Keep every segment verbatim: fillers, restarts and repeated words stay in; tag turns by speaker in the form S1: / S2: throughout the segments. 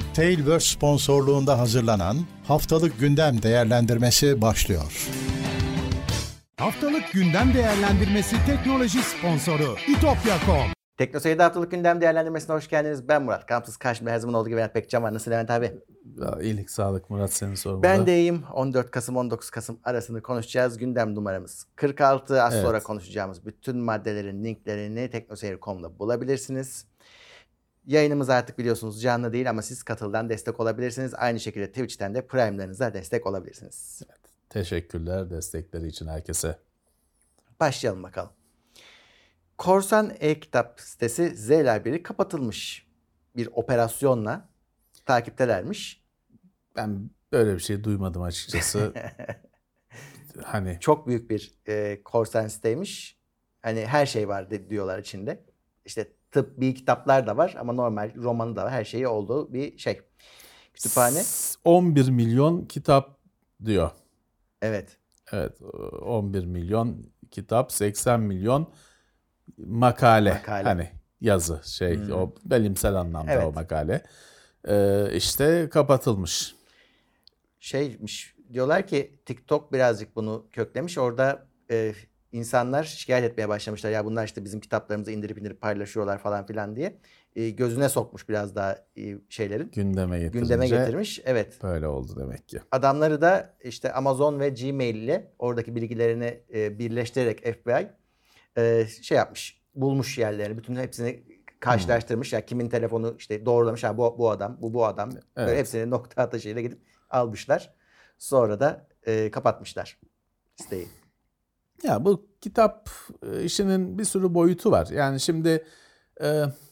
S1: Tailverse sponsorluğunda hazırlanan Haftalık Gündem Değerlendirmesi başlıyor.
S2: Haftalık Gündem Değerlendirmesi teknoloji sponsoru itopya nokta com.
S3: Teknoseyir'de Haftalık Gündem Değerlendirmesi'ne hoş geldiniz. Ben Murat. Kampüs karşımda her zaman olduğu gibi Levent Pekcan var. Nasıl Levent abi?
S4: Ya, iyilik, sağlık Murat, seni sormalı.
S3: Ben de iyiyim. on dört Kasım on dokuz Kasım arasını konuşacağız. Gündem numaramız kırk altı. Az
S4: Evet.
S3: sonra konuşacağımız bütün maddelerin linklerini teknoseyir nokta com'da bulabilirsiniz. Yayınımız artık biliyorsunuz canlı değil ama siz Katıl'dan destek olabilirsiniz. Aynı şekilde Twitch'ten de Prime'larınıza destek olabilirsiniz.
S4: Evet. Teşekkürler destekleri için herkese.
S3: Başlayalım bakalım. Korsan e-kitap sitesi Z Library kapatılmış. Bir operasyonla takiptelermiş.
S4: Ben böyle bir şey duymadım açıkçası. Hani
S3: Çok büyük bir e, korsan siteymiş. Hani her şey var de, diyorlar içinde. İşte tıbbi kitaplar da var ama normal romanı da var. Her şeyi olduğu bir şey. Kütüphane.
S4: on bir milyon kitap diyor.
S3: Evet.
S4: Evet, on bir milyon kitap, seksen milyon makale.
S3: Makale.
S4: Hani yazı şey
S3: Hmm.
S4: o bilimsel anlamda
S3: Evet.
S4: o makale. Ee, işte kapatılmış.
S3: Şeymiş diyorlar ki TikTok birazcık bunu köklemiş. Orada e, insanlar şikayet etmeye başlamışlar. Ya bunlar işte bizim kitaplarımızı indirip indirip paylaşıyorlar falan filan diye. E, gözüne sokmuş biraz daha e, şeylerin.
S4: Gündeme getirince
S3: Gündeme getirmiş. Evet.
S4: böyle oldu demek ki.
S3: Adamları da işte Amazon ve Gmail ile oradaki bilgilerini e, birleştirerek F B I e, şey yapmış. Bulmuş yerlerini. Bütün hepsini karşılaştırmış. Yani kimin telefonu işte doğrulamış. Ha, bu, bu adam, bu bu adam. Böyle
S4: Evet.
S3: hepsini nokta atışıyla gidip almışlar. Sonra da e, kapatmışlar siteyi.
S4: Ya bu kitap e, işinin bir sürü boyutu var. Yani şimdi e,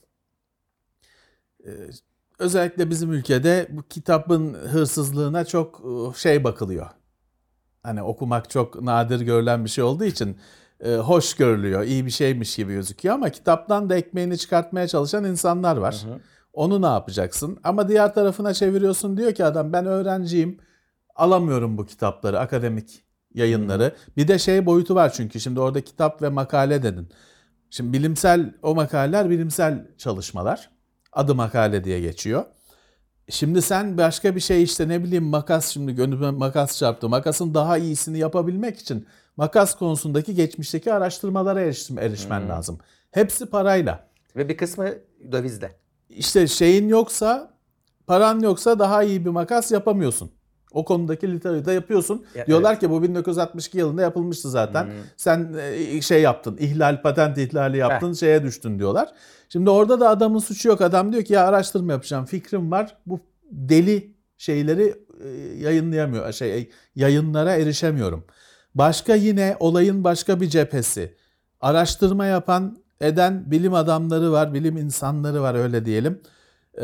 S4: e, özellikle bizim ülkede bu kitabın hırsızlığına çok e, şey bakılıyor. Hani okumak çok nadir görülen bir şey olduğu için e, hoş görülüyor, iyi bir şeymiş gibi gözüküyor ama kitaptan da ekmeğini çıkartmaya çalışan insanlar var.
S3: Hı hı.
S4: Onu ne yapacaksın? Ama diğer tarafına çeviriyorsun, diyor ki adam ben öğrenciyim, alamıyorum bu kitapları, akademik yayınları. Bir de şey boyutu var çünkü şimdi orada kitap ve makale dedin. Şimdi bilimsel o makaleler bilimsel çalışmalar. Adı makale diye geçiyor. Şimdi sen başka bir şey işte ne bileyim makas, şimdi gönlüme makas çarptı. Makasın daha iyisini yapabilmek için makas konusundaki geçmişteki araştırmalara erişim, erişmen
S3: Hmm.
S4: lazım. Hepsi parayla.
S3: Ve bir kısmı dövizle.
S4: İşte şeyin yoksa, paran yoksa daha iyi bir makas yapamıyorsun. O konudaki literatürde yapıyorsun.
S3: Ya,
S4: Diyorlar
S3: evet.
S4: ki bu bin dokuz yüz altmış iki yılında yapılmıştı zaten.
S3: Hmm.
S4: Sen e, şey yaptın, ihlal, patent ihlali yaptın, şeye düştün diyorlar. Şimdi orada da adamın suçu yok. Adam diyor ki ya araştırma yapacağım, fikrim var. Bu deli şeyleri e, yayınlayamıyor, şey yayınlara erişemiyorum. Başka yine olayın başka bir cephesi. Araştırma yapan, eden bilim adamları var, bilim insanları var öyle diyelim. Ee,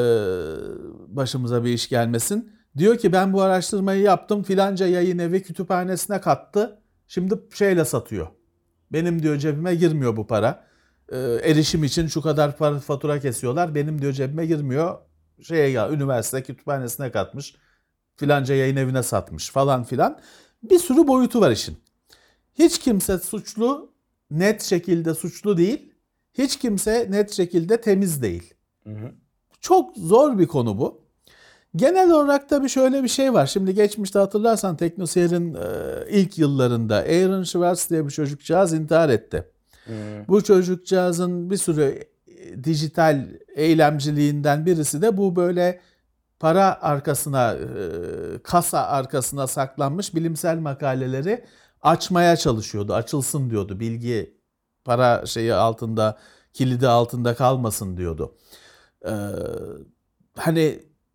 S4: başımıza bir iş gelmesin. Diyor ki ben bu araştırmayı yaptım, filanca yayın evi kütüphanesine kattı. Şimdi şeyle satıyor. Benim diyor cebime girmiyor bu para. Ee, erişim için şu kadar para, fatura kesiyorlar. Benim diyor cebime girmiyor. Şeye ya üniversite kütüphanesine katmış. Filanca yayın evine satmış falan filan. Bir sürü boyutu var işin. Hiç kimse suçlu, net şekilde suçlu değil. Hiç kimse net şekilde temiz değil.
S3: Hı hı.
S4: Çok zor bir konu bu. Genel olarak tabii şöyle bir şey var. Şimdi geçmişte hatırlarsan Teknoseyir'in e, ilk yıllarında Aaron Swartz diye bir çocukcağız intihar etti.
S3: Hı.
S4: Bu çocukcağızın bir sürü e, dijital eylemciliğinden birisi de bu böyle para arkasına, e, kasa arkasına saklanmış bilimsel makaleleri açmaya çalışıyordu. Açılsın diyordu. Bilgi para şeyi altında, kilidi altında kalmasın diyordu. Ee, hani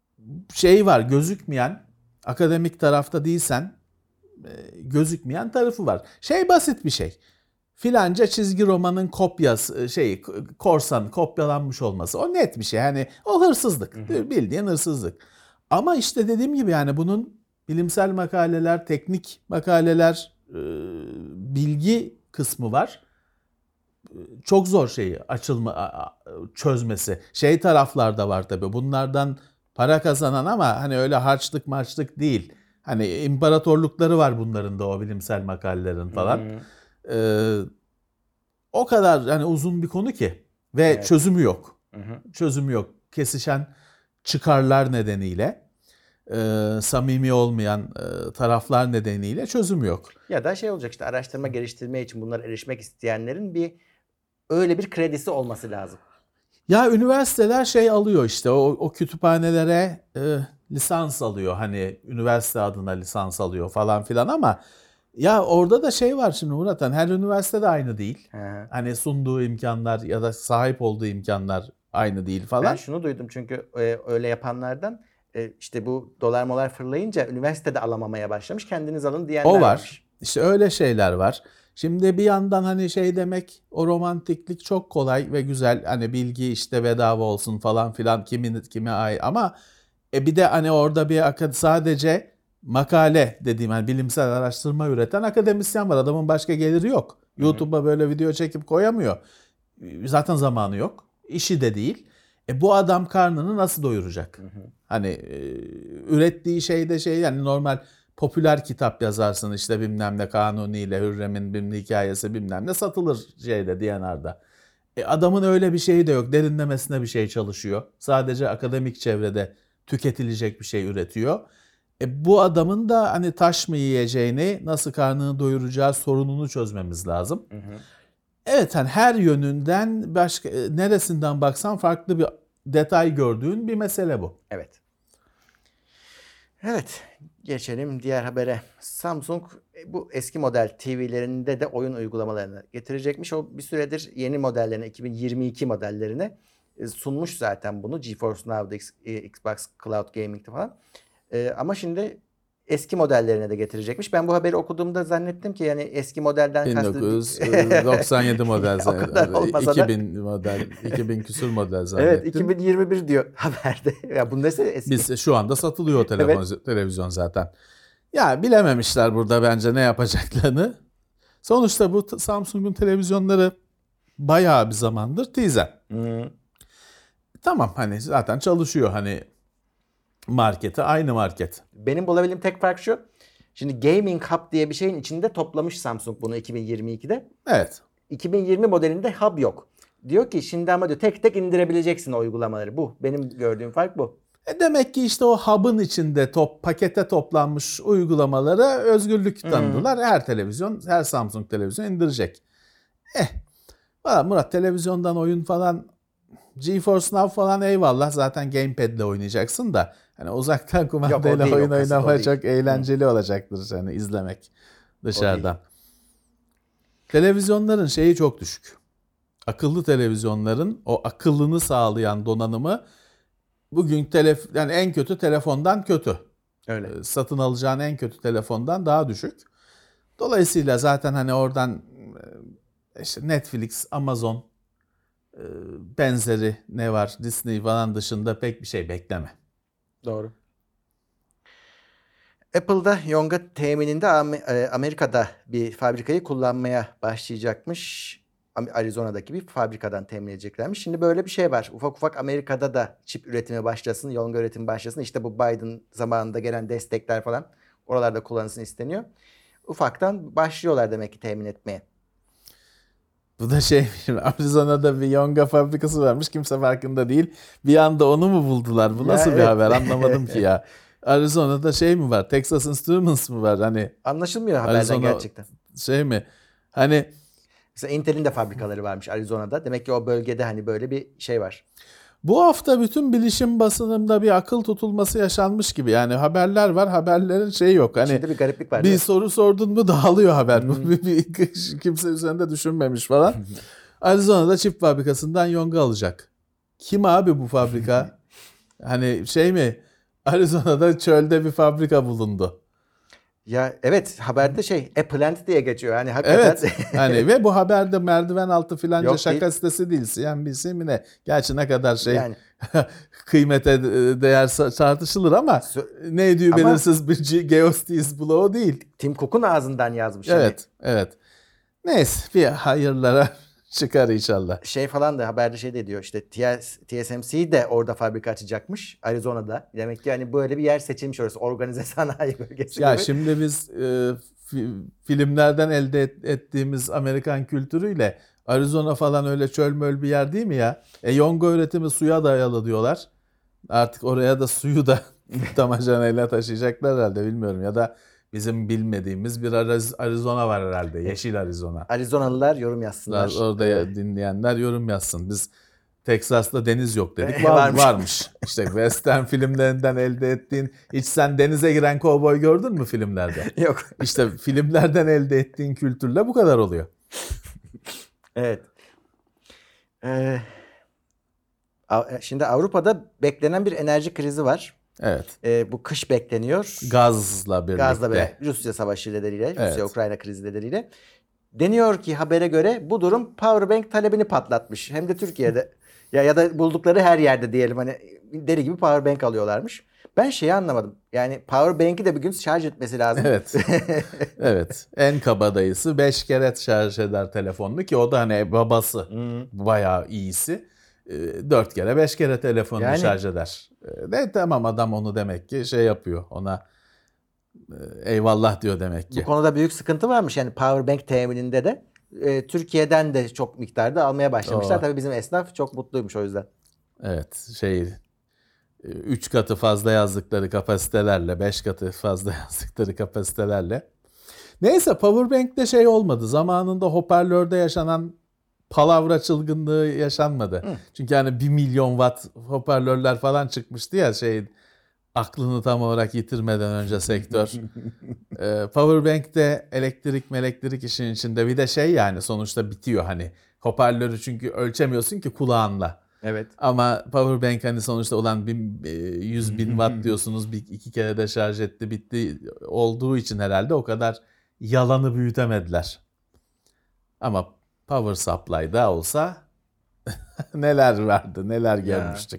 S4: şey var, gözükmeyen, akademik tarafta değilsen e, gözükmeyen tarafı var. Şey basit bir şey. Filanca çizgi romanın kopyası, şey korsan kopyalanmış olması, o net bir şey. Hani o hırsızlık,
S3: Hı hı.
S4: bildiğin hırsızlık. Ama işte dediğim gibi yani bunun bilimsel makaleler, teknik makaleler, e, bilgi kısmı var. Çok zor şeyi açılma, çözmesi. Şey taraflarda var tabii. Bunlardan para kazanan ama hani öyle harçlık marçlık değil. Hani imparatorlukları var bunların da, o bilimsel makalelerin falan.
S3: Hı.
S4: Ee, o kadar yani uzun bir konu ki ve
S3: Evet.
S4: çözümü yok.
S3: Hı hı.
S4: Çözümü yok. Kesişen çıkarlar nedeniyle, e, samimi olmayan e, taraflar nedeniyle çözüm yok.
S3: Ya da şey olacak işte araştırma geliştirme için bunlara erişmek isteyenlerin bir öyle bir kredisi olması lazım.
S4: Ya üniversiteler şey alıyor işte o, o kütüphanelere e, lisans alıyor. Hani üniversite adına lisans alıyor falan filan ama ya orada da şey var şimdi Murat, hani her üniversite de aynı değil.
S3: He.
S4: Hani sunduğu imkanlar ya da sahip olduğu imkanlar aynı değil falan.
S3: Ben şunu duydum çünkü e, öyle yapanlardan e, işte bu dolar molar fırlayınca üniversitede alamamaya başlamış. Kendiniz alın diyenler
S4: O var.
S3: varmış.
S4: İşte öyle şeyler var. Şimdi bir yandan hani şey demek, o romantiklik çok kolay ve güzel. Hani bilgi işte bedava olsun falan filan, kimin kime ait ama e bir de hani orada bir akad sadece makale dediğim hani bilimsel araştırma üreten akademisyen var. Adamın başka geliri yok. YouTube'a böyle video çekip koyamıyor. Zaten zamanı yok. İşi de değil. E bu adam karnını nasıl doyuracak? Hı hı. Hani e, ürettiği şey de şey yani normal popüler kitap yazarsın işte bilmem ne Kanuni ile Hürrem'in bilmem hikayesi bilmem ne satılır şeyde D and R'da. E adamın öyle bir şeyi de yok. Derinlemesine bir şey çalışıyor. Sadece akademik çevrede tüketilecek bir şey üretiyor. E bu adamın da hani taş mı yiyeceğini, nasıl karnını doyuracağı sorununu çözmemiz lazım. Hı hı. Evet hani her yönünden başka neresinden baksan farklı bir detay gördüğün bir mesele bu.
S3: Evet. Evet, geçelim diğer habere. Samsung bu eski model T V'lerinde de oyun uygulamalarını getirecekmiş. O bir süredir yeni modellerine, iki bin yirmi iki modellerine sunmuş zaten bunu. GeForce Now'da, Xbox Cloud Gaming'de falan. Ama şimdi eski modellerine de getirecekmiş. Ben bu haberi okuduğumda zannettim ki yani eski modelden
S4: kastı bin dokuz yüz doksan yedi model zaten. iki bin model, iki bin küsur model zannettim.
S3: Evet, iki bin yirmi bir diyor haberde. Ya bu neyse eski.
S4: Biz şu anda satılıyor o telefon, evet. Televizyon zaten. Ya bilememişler burada bence ne yapacaklarını. Sonuçta bu Samsung'un televizyonları bayağı bir zamandır teaser. Hmm. Tamam hani zaten çalışıyor hani marketi aynı market.
S3: Benim bulabildiğim tek fark şu. Şimdi Gaming Hub diye bir şeyin içinde toplamış Samsung bunu iki bin yirmi ikide.
S4: Evet.
S3: iki bin yirmi modelinde hub yok. Diyor ki şimdi ama diyor tek tek indirebileceksin o uygulamaları. Bu. Benim gördüğüm fark bu.
S4: E demek ki işte o hub'ın içinde top, pakete toplanmış uygulamalara özgürlük tanıdılar. Hmm. Her televizyon, her Samsung televizyon indirecek. Eh. Valla Murat televizyondan oyun falan GeForce Now falan eyvallah zaten gamepad'le oynayacaksın da hani uzaktan kumandayla oyun oynamak çok eğlenceli Hı. olacaktır yani izlemek dışarıdan. Televizyonların şeyi çok düşük. Akıllı televizyonların o akıllını sağlayan donanımı bugün telef yani en kötü telefondan kötü.
S3: Öyle.
S4: Satın alacağın en kötü telefondan daha düşük. Dolayısıyla zaten hani oradan işte Netflix, Amazon benzeri ne var Disney falan dışında pek bir şey bekleme.
S3: Doğru. Apple'da Yonga temininde Amerika'da bir fabrikayı kullanmaya başlayacakmış. Arizona'daki bir fabrikadan temin edeceklermiş. Şimdi böyle bir şey var. Ufak ufak Amerika'da da çip üretimi başlasın, Yonga üretimi başlasın. İşte bu Biden zamanında gelen destekler falan oralarda kullanılsın isteniyor. Ufaktan başlıyorlar demek ki temin etmeye.
S4: Bu da şey, Arizona'da bir Yonga fabrikası varmış. Kimse farkında değil. Bir anda onu mu buldular? Bu nasıl ya bir evet. haber? Anlamadım ki ya. Arizona'da şey mi var? Texas Instruments mı var? Hani
S3: anlaşılmıyor haberden Arizona gerçekten.
S4: Şey mi? Hani
S3: mesela Intel'in de fabrikaları varmış Arizona'da. Demek ki o bölgede hani böyle bir şey var.
S4: Bu hafta bütün bilişim basınında bir akıl tutulması yaşanmış gibi. Yani haberler var, haberlerin şeyi yok. Hani
S3: İçinde bir gariplik var.
S4: Bir soru sordun mu dağılıyor haber. Hmm. bir, bir, kimse üzerinde düşünmemiş falan. Arizona'da çip fabrikasından Yonga alacak. Kim abi bu fabrika? Hani şey mi? Arizona'da çölde bir fabrika bulundu.
S3: Ya evet haberde şey Appleland diye geçiyor. Yani hakikaten.
S4: Evet. Hani ve bu haberde merdiven altı filanca Yok, şaka değil. sitesi değil. C N B C mi ne? Gerçi ne kadar şey yani. kıymete değer tartışılır ama so- ne diyor belirsiz bir geostiz bloğu değil.
S3: Tim Cook'un ağzından yazmış.
S4: Evet. Yani. Evet. Neyse bir hayırlara çıkar inşallah.
S3: Şey falan da haberde şey de diyor işte T S M C de orada fabrika açacakmış Arizona'da. Demek ki yani böyle bir yer seçilmiş orası organize sanayi bölgesi
S4: ya
S3: gibi.
S4: Şimdi biz e, fi, filmlerden elde et, ettiğimiz Amerikan kültürüyle Arizona falan öyle çöl möl bir yer değil mi ya? E Yonga üretimi suya dayalı diyorlar. Artık oraya da suyu da damacanayla taşıyacaklar herhalde, bilmiyorum. Ya da bizim bilmediğimiz bir Arizona var herhalde. Yeşil Arizona.
S3: Arizonalılar yorum yazsınlar.
S4: Biraz orada
S3: Evet.
S4: dinleyenler yorum yazsın. Biz Texas'ta deniz yok dedik.
S3: E,
S4: Var,
S3: varmış.
S4: varmış. İşte western filmlerinden elde ettiğin, hiç sen denize giren kovboy gördün mü filmlerde?
S3: Yok.
S4: İşte filmlerden elde ettiğin kültürle bu kadar oluyor.
S3: Evet. Ee, Av- şimdi Avrupa'da beklenen bir enerji krizi var.
S4: Evet.
S3: Ee, bu kış bekleniyor.
S4: Gazla birlikte.
S3: Gazla beraber Rusya savaşı nedeniyle,
S4: Evet.
S3: Rusya-Ukrayna krizi nedeniyle. Deniyor ki habere göre bu durum powerbank talebini patlatmış. Hem de Türkiye'de. ya ya da buldukları her yerde diyelim, hani deli gibi powerbank alıyorlarmış. Ben şeyi anlamadım. Yani powerbank'i de bir gün şarj etmesi lazım.
S4: Evet. Evet. En kabadayısı beş kere şarj eder telefonunu, ki o da hani babası bayağı iyisi. dört kere beş kere telefonunu
S3: Yani-
S4: şarj eder. De tamam, adam onu demek ki şey yapıyor. Ona e, eyvallah diyor demek ki.
S3: Bu konuda büyük sıkıntı varmış. Yani powerbank temininde de e, Türkiye'den de çok miktarda almaya başlamışlar.
S4: Oo.
S3: Tabii bizim esnaf çok mutluymuş o yüzden.
S4: Evet, şey üç katı fazla yazdıkları kapasitelerle, beş katı fazla yazdıkları kapasitelerle. Neyse, powerbank'te şey olmadı. Zamanında hoparlörde yaşanan palavra çılgınlığı yaşanmadı.
S3: Hı.
S4: Çünkü hani bir milyon watt hoparlörler falan çıkmıştı ya, şey aklını tam olarak yitirmeden önce sektör. ee, powerbank'te elektrik elektrik işin içinde bir de şey, yani sonuçta bitiyor hani. Hoparlörü çünkü ölçemiyorsun ki kulağınla.
S3: Evet.
S4: Ama powerbank hani sonuçta olan bin, yüz bin watt diyorsunuz, bir iki kere de şarj etti bitti olduğu için herhalde o kadar yalanı büyütemediler. Ama power supply'da olsa neler vardı, neler görmüştük.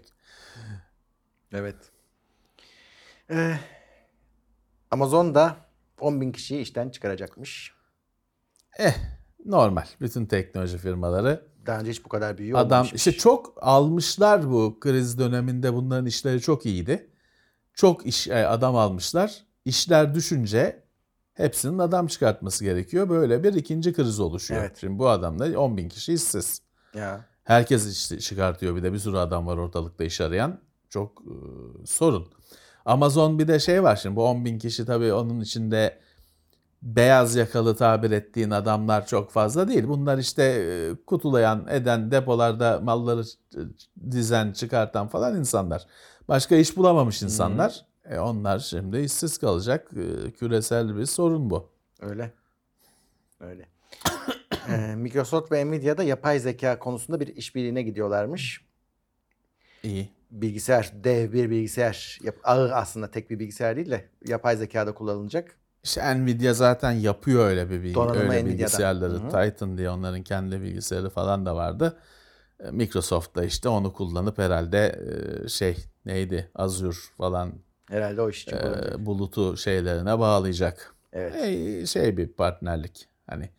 S3: Evet. Ee, Amazon da on bin kişiyi işten çıkaracakmış.
S4: Eh, normal. Bütün teknoloji firmaları.
S3: Daha önce hiç bu kadar büyüyor
S4: Adam
S3: olmamışmış.
S4: işte çok almışlar, bu kriz döneminde bunların işleri çok iyiydi. Çok iş adam almışlar. İşler düşünce hepsinin adam çıkartması gerekiyor. Böyle bir ikinci kriz oluşuyor.
S3: Evet.
S4: Şimdi bu adamlar on bin kişi işsiz.
S3: Ya.
S4: Herkes iş çıkartıyor, bir de bir sürü adam var ortalıkta iş arayan. Çok e, sorun. Amazon bir de şey var şimdi, bu on bin kişi tabii onun içinde beyaz yakalı tabir ettiğin adamlar çok fazla değil. Bunlar işte e, kutulayan, eden, depolarda malları dizen, çıkartan falan insanlar. Başka iş bulamamış insanlar. E, onlar şimdi işsiz kalacak. E, küresel bir sorun bu.
S3: Öyle. Öyle. Ee, Microsoft ve Nvidia da yapay zeka konusunda bir işbirliğine gidiyorlarmış.
S4: İyi.
S3: Bilgisayar, dev bir bilgisayar. Yap- Ağır aslında, tek bir bilgisayar değil de yapay zekada kullanılacak.
S4: İşte Nvidia zaten yapıyor öyle bir bilgi,
S3: Donanımı
S4: öyle
S3: Nvidia'da.
S4: bilgisayarları.
S3: Hı hı.
S4: Titan diye onların kendi bilgisayarı falan da vardı. E, Microsoft da işte onu kullanıp herhalde e, şey neydi, Azure falan
S3: Herhalde o iş için kullanılacak.
S4: e, bulutu şeylerine bağlayacak.
S3: Evet.
S4: E, şey bir partnerlik. Hani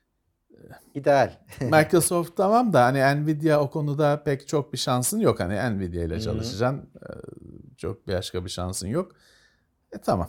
S3: İdeal.
S4: Microsoft tamam da hani Nvidia o konuda pek çok bir şansın yok. Hani Nvidia ile çalışacaksın. E, çok başka bir şansın yok. E tamam.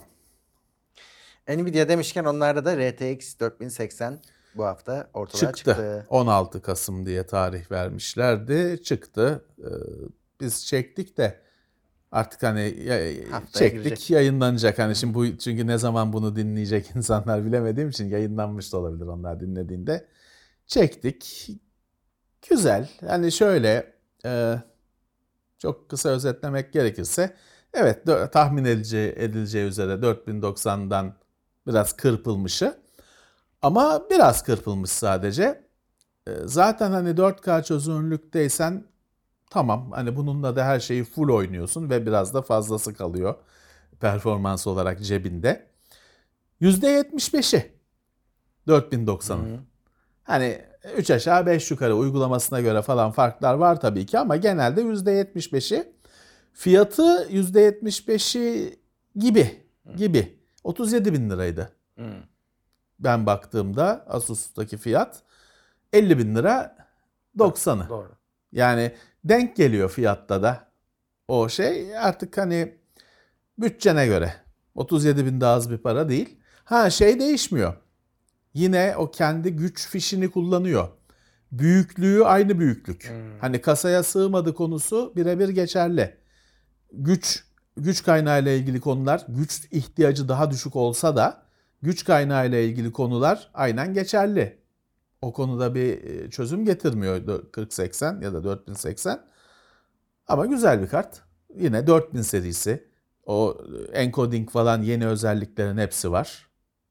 S3: Nvidia demişken onlarda da R T X dört bin seksen bu hafta ortalığa
S4: Çıktı.
S3: çıktı.
S4: on altı Kasım diye tarih vermişlerdi. Çıktı. Ee, biz çektik de artık hani ya-
S3: Haftaya
S4: çektik,
S3: girecek.
S4: yayınlanacak. Hani şimdi bu, çünkü ne zaman bunu dinleyecek insanlar bilemediğim için yayınlanmış da olabilir onlar dinlediğinde. Çektik. Güzel. Hani şöyle e, çok kısa özetlemek gerekirse, evet, dö- tahmin edileceği, edileceği üzere dört bin doksandan biraz kırpılmışı. Ama biraz kırpılmış sadece. E, Zaten hani dört K çözünürlükteysen tamam, hani bununla da her şeyi full oynuyorsun ve biraz da fazlası kalıyor performans olarak cebinde. yüzde yetmiş beşi dört bin doksanın. Hani üç aşağı beş yukarı uygulamasına göre falan farklar var tabii ki, ama genelde yüzde yetmiş beşi. Fiyatı yüzde yetmiş beşi gibi gibi otuz yedi bin liraydı.
S3: Hmm.
S4: Ben baktığımda Asus'taki fiyat elli bin lira doksanı.
S3: Doğru.
S4: Yani denk geliyor fiyatta da. O şey artık hani bütçene göre. otuz yedi bin de az bir para değil. Ha, şey değişmiyor. Yine o kendi güç fişini kullanıyor. Büyüklüğü aynı büyüklük. Hani kasaya sığmadı konusu birebir geçerli. güç güç kaynağı ile ilgili konular, güç ihtiyacı daha düşük olsa da güç kaynağı ile ilgili konular aynen geçerli. O konuda bir çözüm getirmiyor kırk seksen ya da dört bin seksen. Ama güzel bir kart. Yine dört bin serisi. O encoding falan yeni özelliklerin hepsi var.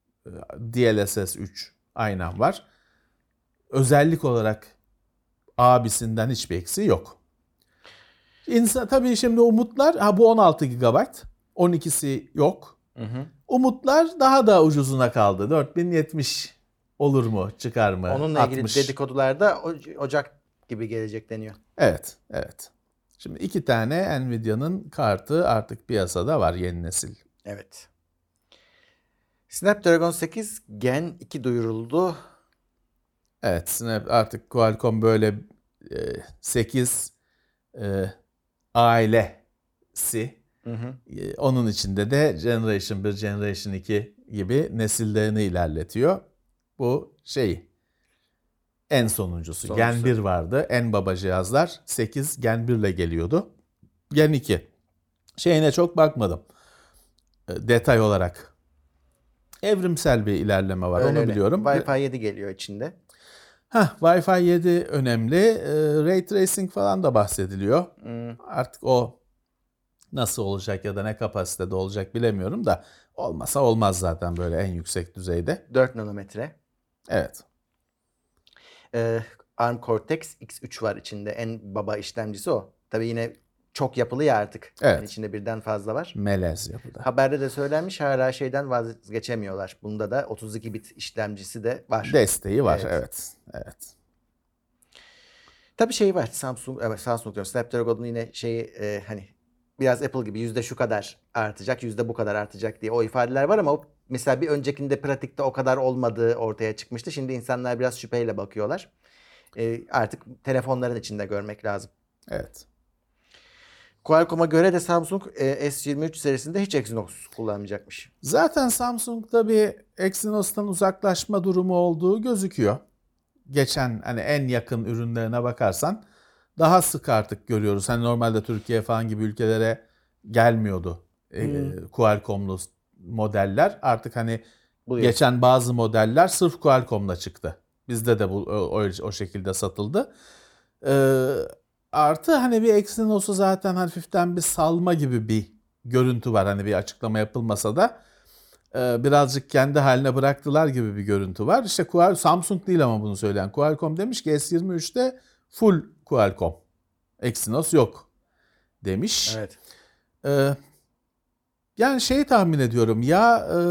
S4: D L S S üç aynen var. Özellik olarak abisinden hiçbir eksiği yok. İnsan, tabii şimdi umutlar, ha bu on altı gigabayt, on ikisi yok. Hı hı. Umutlar daha da ucuzuna kaldı. dört bin yetmiş olur mu, çıkar mı?
S3: Onunla ilgili
S4: altmış.
S3: dedikodularda Ocak gibi gelecek deniyor.
S4: Evet, evet. Şimdi iki tane Nvidia'nın kartı artık piyasada var, yeni nesil.
S3: Evet. Snapdragon sekiz Gen iki duyuruldu.
S4: Evet, Snap artık Qualcomm böyle e, sekiz e, ailesi. Hı hı. E, onun içinde de Generation bir, Generation iki gibi nesillerini ilerletiyor. Bu şey en sonuncusu. Sonuncusu. Gen bir vardı. En baba cihazlar sekiz Gen bir ile geliyordu. Gen iki. Şeyine çok bakmadım. E, detay olarak. Evrimsel bir ilerleme var. Öyle onu öyle. Biliyorum.
S3: Wi-Fi yedi geliyor içinde.
S4: Heh, Wi-Fi yedi önemli. E, Ray Tracing falan da bahsediliyor. Hmm. Artık o nasıl olacak ya da ne kapasitede olacak bilemiyorum da olmasa olmaz zaten böyle en yüksek düzeyde.
S3: dört nanometre.
S4: Evet.
S3: Ee, ARM Cortex X üç var içinde. En baba işlemcisi o. Tabii yine çok yapılı ya artık.
S4: Evet.
S3: Yani içinde birden fazla var.
S4: Melez yapıda.
S3: Haberde de söylenmiş, hala şeyden vazgeçemiyorlar. Bunda da otuz iki bit işlemcisi de var.
S4: Desteği var, evet. Evet. evet.
S3: Tabii şey var. Samsung, evet Samsung diyorum. Snapdragon'un yine şeyi e, hani biraz Apple gibi yüzde şu kadar artacak, yüzde bu kadar artacak diye o ifadeler var ama o, mesela bir öncekinde pratikte o kadar olmadığı ortaya çıkmıştı. Şimdi insanlar biraz şüpheyle bakıyorlar. E, artık telefonların içinde görmek lazım.
S4: Evet.
S3: Qualcomm'a göre de Samsung e, S yirmi üç serisinde hiç Exynos kullanmayacakmış.
S4: Zaten Samsung'da bir Exynos'tan uzaklaşma durumu olduğu gözüküyor. Geçen hani en yakın ürünlerine bakarsan daha sık artık görüyoruz. Hani normalde Türkiye falan gibi ülkelere gelmiyordu hmm. e, Qualcomm'lu modeller. Artık hani bu geçen yok. Bazı modeller sırf Qualcomm'la çıktı. Bizde de bu o, o şekilde satıldı. Ee, artı hani bir Exynos'u zaten hafiften bir salma gibi bir görüntü var. Hani bir açıklama yapılmasa da e, birazcık kendi haline bıraktılar gibi bir görüntü var. İşte Qual- Samsung değil ama bunu söyleyen. Qualcomm demiş ki S yirmi üçte full Qualcomm. Exynos yok demiş.
S3: Evet.
S4: Ee, yani şeyi tahmin ediyorum ya e,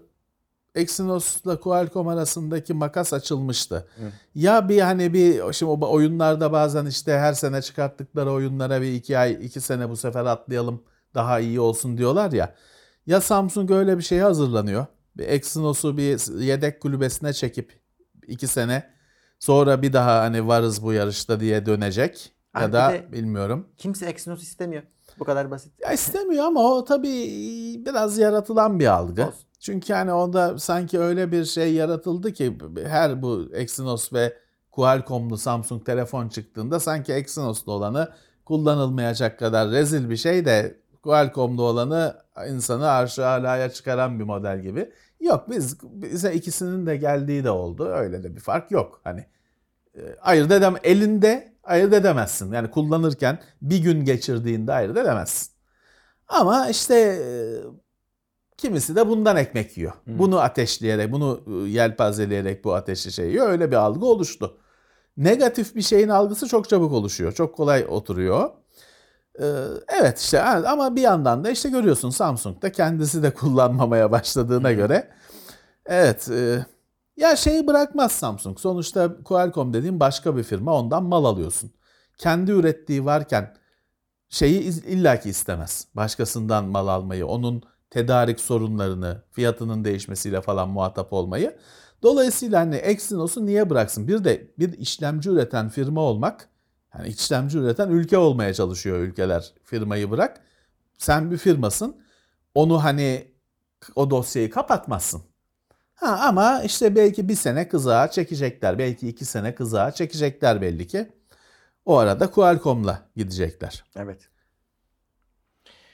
S4: Exynos'la Qualcomm arasındaki makas açılmıştı. Hı. Ya bir hani bir şimdi oyunlarda bazen işte her sene çıkarttıkları oyunlara bir iki ay iki sene bu sefer atlayalım daha iyi olsun diyorlar ya. Ya Samsung öyle bir şeye hazırlanıyor. Bir Exynos'u bir yedek kulübesine çekip iki sene sonra bir daha hani varız bu yarışta diye dönecek. Ya Abi da bilmiyorum.
S3: Kimse Exynos istemiyor. Bu kadar basit.
S4: Ya istemiyor ama o tabii biraz yaratılan bir algı. Olsun. Çünkü hani onda sanki öyle bir şey yaratıldı ki her bu Exynos ve Qualcomm'lu Samsung telefon çıktığında sanki Exynos'lu olanı kullanılmayacak kadar rezil bir şey de Qualcomm'lu olanı insanı arş-ı alaya çıkaran bir model gibi. Yok biz bize ikisinin de geldiği de oldu. Öyle de bir fark yok. Hani ayırt edem elinde ayırt edemezsin. Yani kullanırken bir gün geçirdiğinde ayırt edemezsin. Ama işte kimisi de bundan ekmek yiyor. Hmm. Bunu ateşleyerek, bunu yelpazeleyerek bu ateşli şey yiyor. Öyle bir algı oluştu. Negatif bir şeyin algısı çok çabuk oluşuyor. Çok kolay oturuyor. Ee, evet işte ama bir yandan da işte görüyorsun Samsung da kendisi de kullanmamaya başladığına hmm. göre. Evet. E, ya şeyi bırakmaz Samsung. Sonuçta Qualcomm dediğim başka bir firma. Ondan mal alıyorsun. Kendi ürettiği varken şeyi illaki istemez. Başkasından mal almayı, onun tedarik sorunlarını, fiyatının değişmesiyle falan muhatap olmayı. Dolayısıyla hani Exynos'u niye bıraksın? Bir de bir işlemci üreten firma olmak, yani işlemci üreten ülke olmaya çalışıyor ülkeler. Firmayı bırak. Sen bir firmasın. Onu hani o dosyayı kapatmazsın. Ha ama işte belki bir sene kızağa çekecekler. Belki iki sene kızağa çekecekler belli ki. O arada Qualcomm'la gidecekler.
S3: Evet.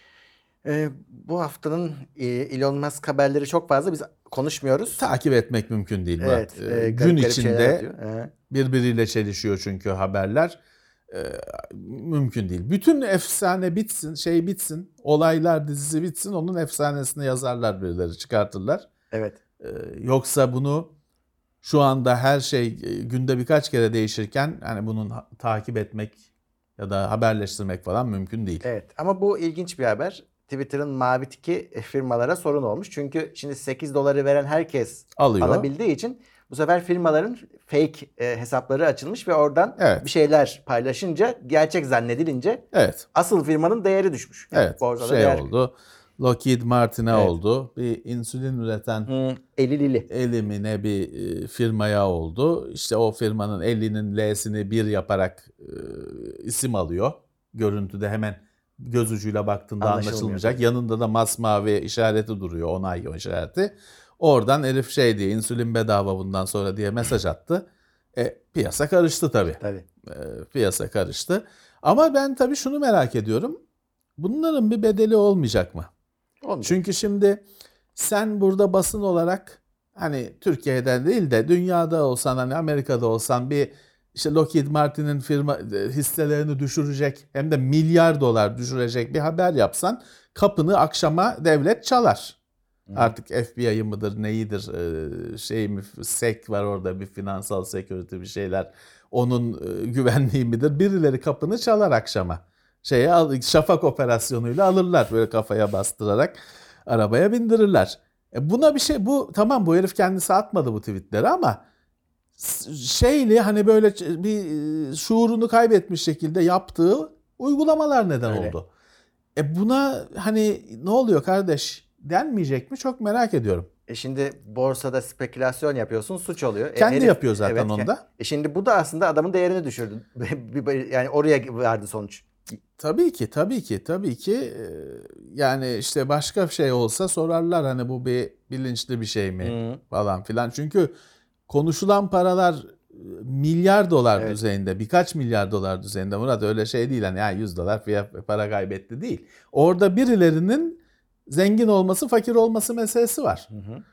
S3: Ee, bu haftanın e, Elon Musk haberleri çok fazla. Biz konuşmuyoruz.
S4: Takip etmek mümkün değil.
S3: Evet.
S4: Murat.
S3: E,
S4: Gün
S3: garip garip şeyler
S4: içinde
S3: atıyor. Evet.
S4: birbiriyle çelişiyor çünkü haberler. Ee, mümkün değil. Bütün efsane bitsin, şey bitsin, olaylar dizisi bitsin, onun efsanesini yazarlar birileri, çıkartırlar.
S3: Evet.
S4: Ee, yoksa bunu şu anda her şey e, günde birkaç kere değişirken hani bunun ha- takip etmek ya da haberleştirmek falan mümkün değil.
S3: Evet. Ama bu ilginç bir haber. Twitter'ın mavi tiki firmalara sorun olmuş. Çünkü şimdi sekiz doları veren herkes
S4: Alıyor.
S3: alabildiği için bu sefer firmaların fake e, hesapları açılmış ve oradan
S4: Evet.
S3: bir şeyler paylaşınca, gerçek zannedilince
S4: Evet.
S3: asıl firmanın değeri düşmüş. Yani
S4: Evet.
S3: borsada
S4: Şey
S3: değer...
S4: oldu. Lockheed Martin'e
S3: Evet.
S4: oldu. Bir insülin üreten
S3: Hı, eli lili.
S4: elimine bir e, firmaya oldu. İşte o firmanın elinin L'sini bir yaparak e, isim alıyor. Görüntüde hemen göz ucuyla baktığında
S3: Anlaşılmıyor
S4: anlaşılmayacak.
S3: tabii.
S4: Yanında da masmavi işareti duruyor. Onay işareti. Oradan herif şey diye insülin bedava bundan sonra diye mesaj attı. E, piyasa karıştı tabii.
S3: Tabii.
S4: E, piyasa karıştı. Ama ben tabii şunu merak ediyorum. Bunların bir bedeli olmayacak mı?
S3: Olmayacak.
S4: Çünkü şimdi sen burada basın olarak hani Türkiye'den değil de dünyada olsan, hani Amerika'da olsan bir işte Lockheed Martin'in firma hisselerini düşürecek, hem de milyar dolar düşürecek bir haber yapsan kapını akşama devlet çalar. Hı. Artık F B I mıdır neyidir şey mi, S E C var orada, bir finansal security bir şeyler, onun güvenliği midir, birileri kapını çalar akşama. Şeye, şafak operasyonuyla alırlar, böyle kafaya bastırarak arabaya bindirirler. E buna bir şey, bu tamam, bu herif kendisi atmadı bu tweetleri ama şeyli hani böyle bir şuurunu kaybetmiş şekilde yaptığı uygulamalar neden
S3: Öyle.
S4: oldu. E buna hani ne oluyor kardeş denmeyecek mi, çok merak ediyorum.
S3: E şimdi borsada spekülasyon yapıyorsun, suç oluyor.
S4: Kendi
S3: e, herif,
S4: yapıyor zaten
S3: evet,
S4: onda.
S3: E şimdi bu da aslında adamın değerini düşürdü. Yani oraya vardı sonuç.
S4: Tabii ki, tabii ki, tabii ki. Yani işte başka bir şey olsa sorarlar hani bu bir bilinçli bir şey mi
S3: Hı.
S4: falan filan. Çünkü konuşulan paralar milyar dolar
S3: Evet.
S4: düzeyinde, birkaç milyar dolar düzeyinde. Murat, öyle şey değil hani yani yüz dolar fiyat para kaybetti değil. Orada birilerinin zengin olması, fakir olması meselesi var.
S3: Hı hı.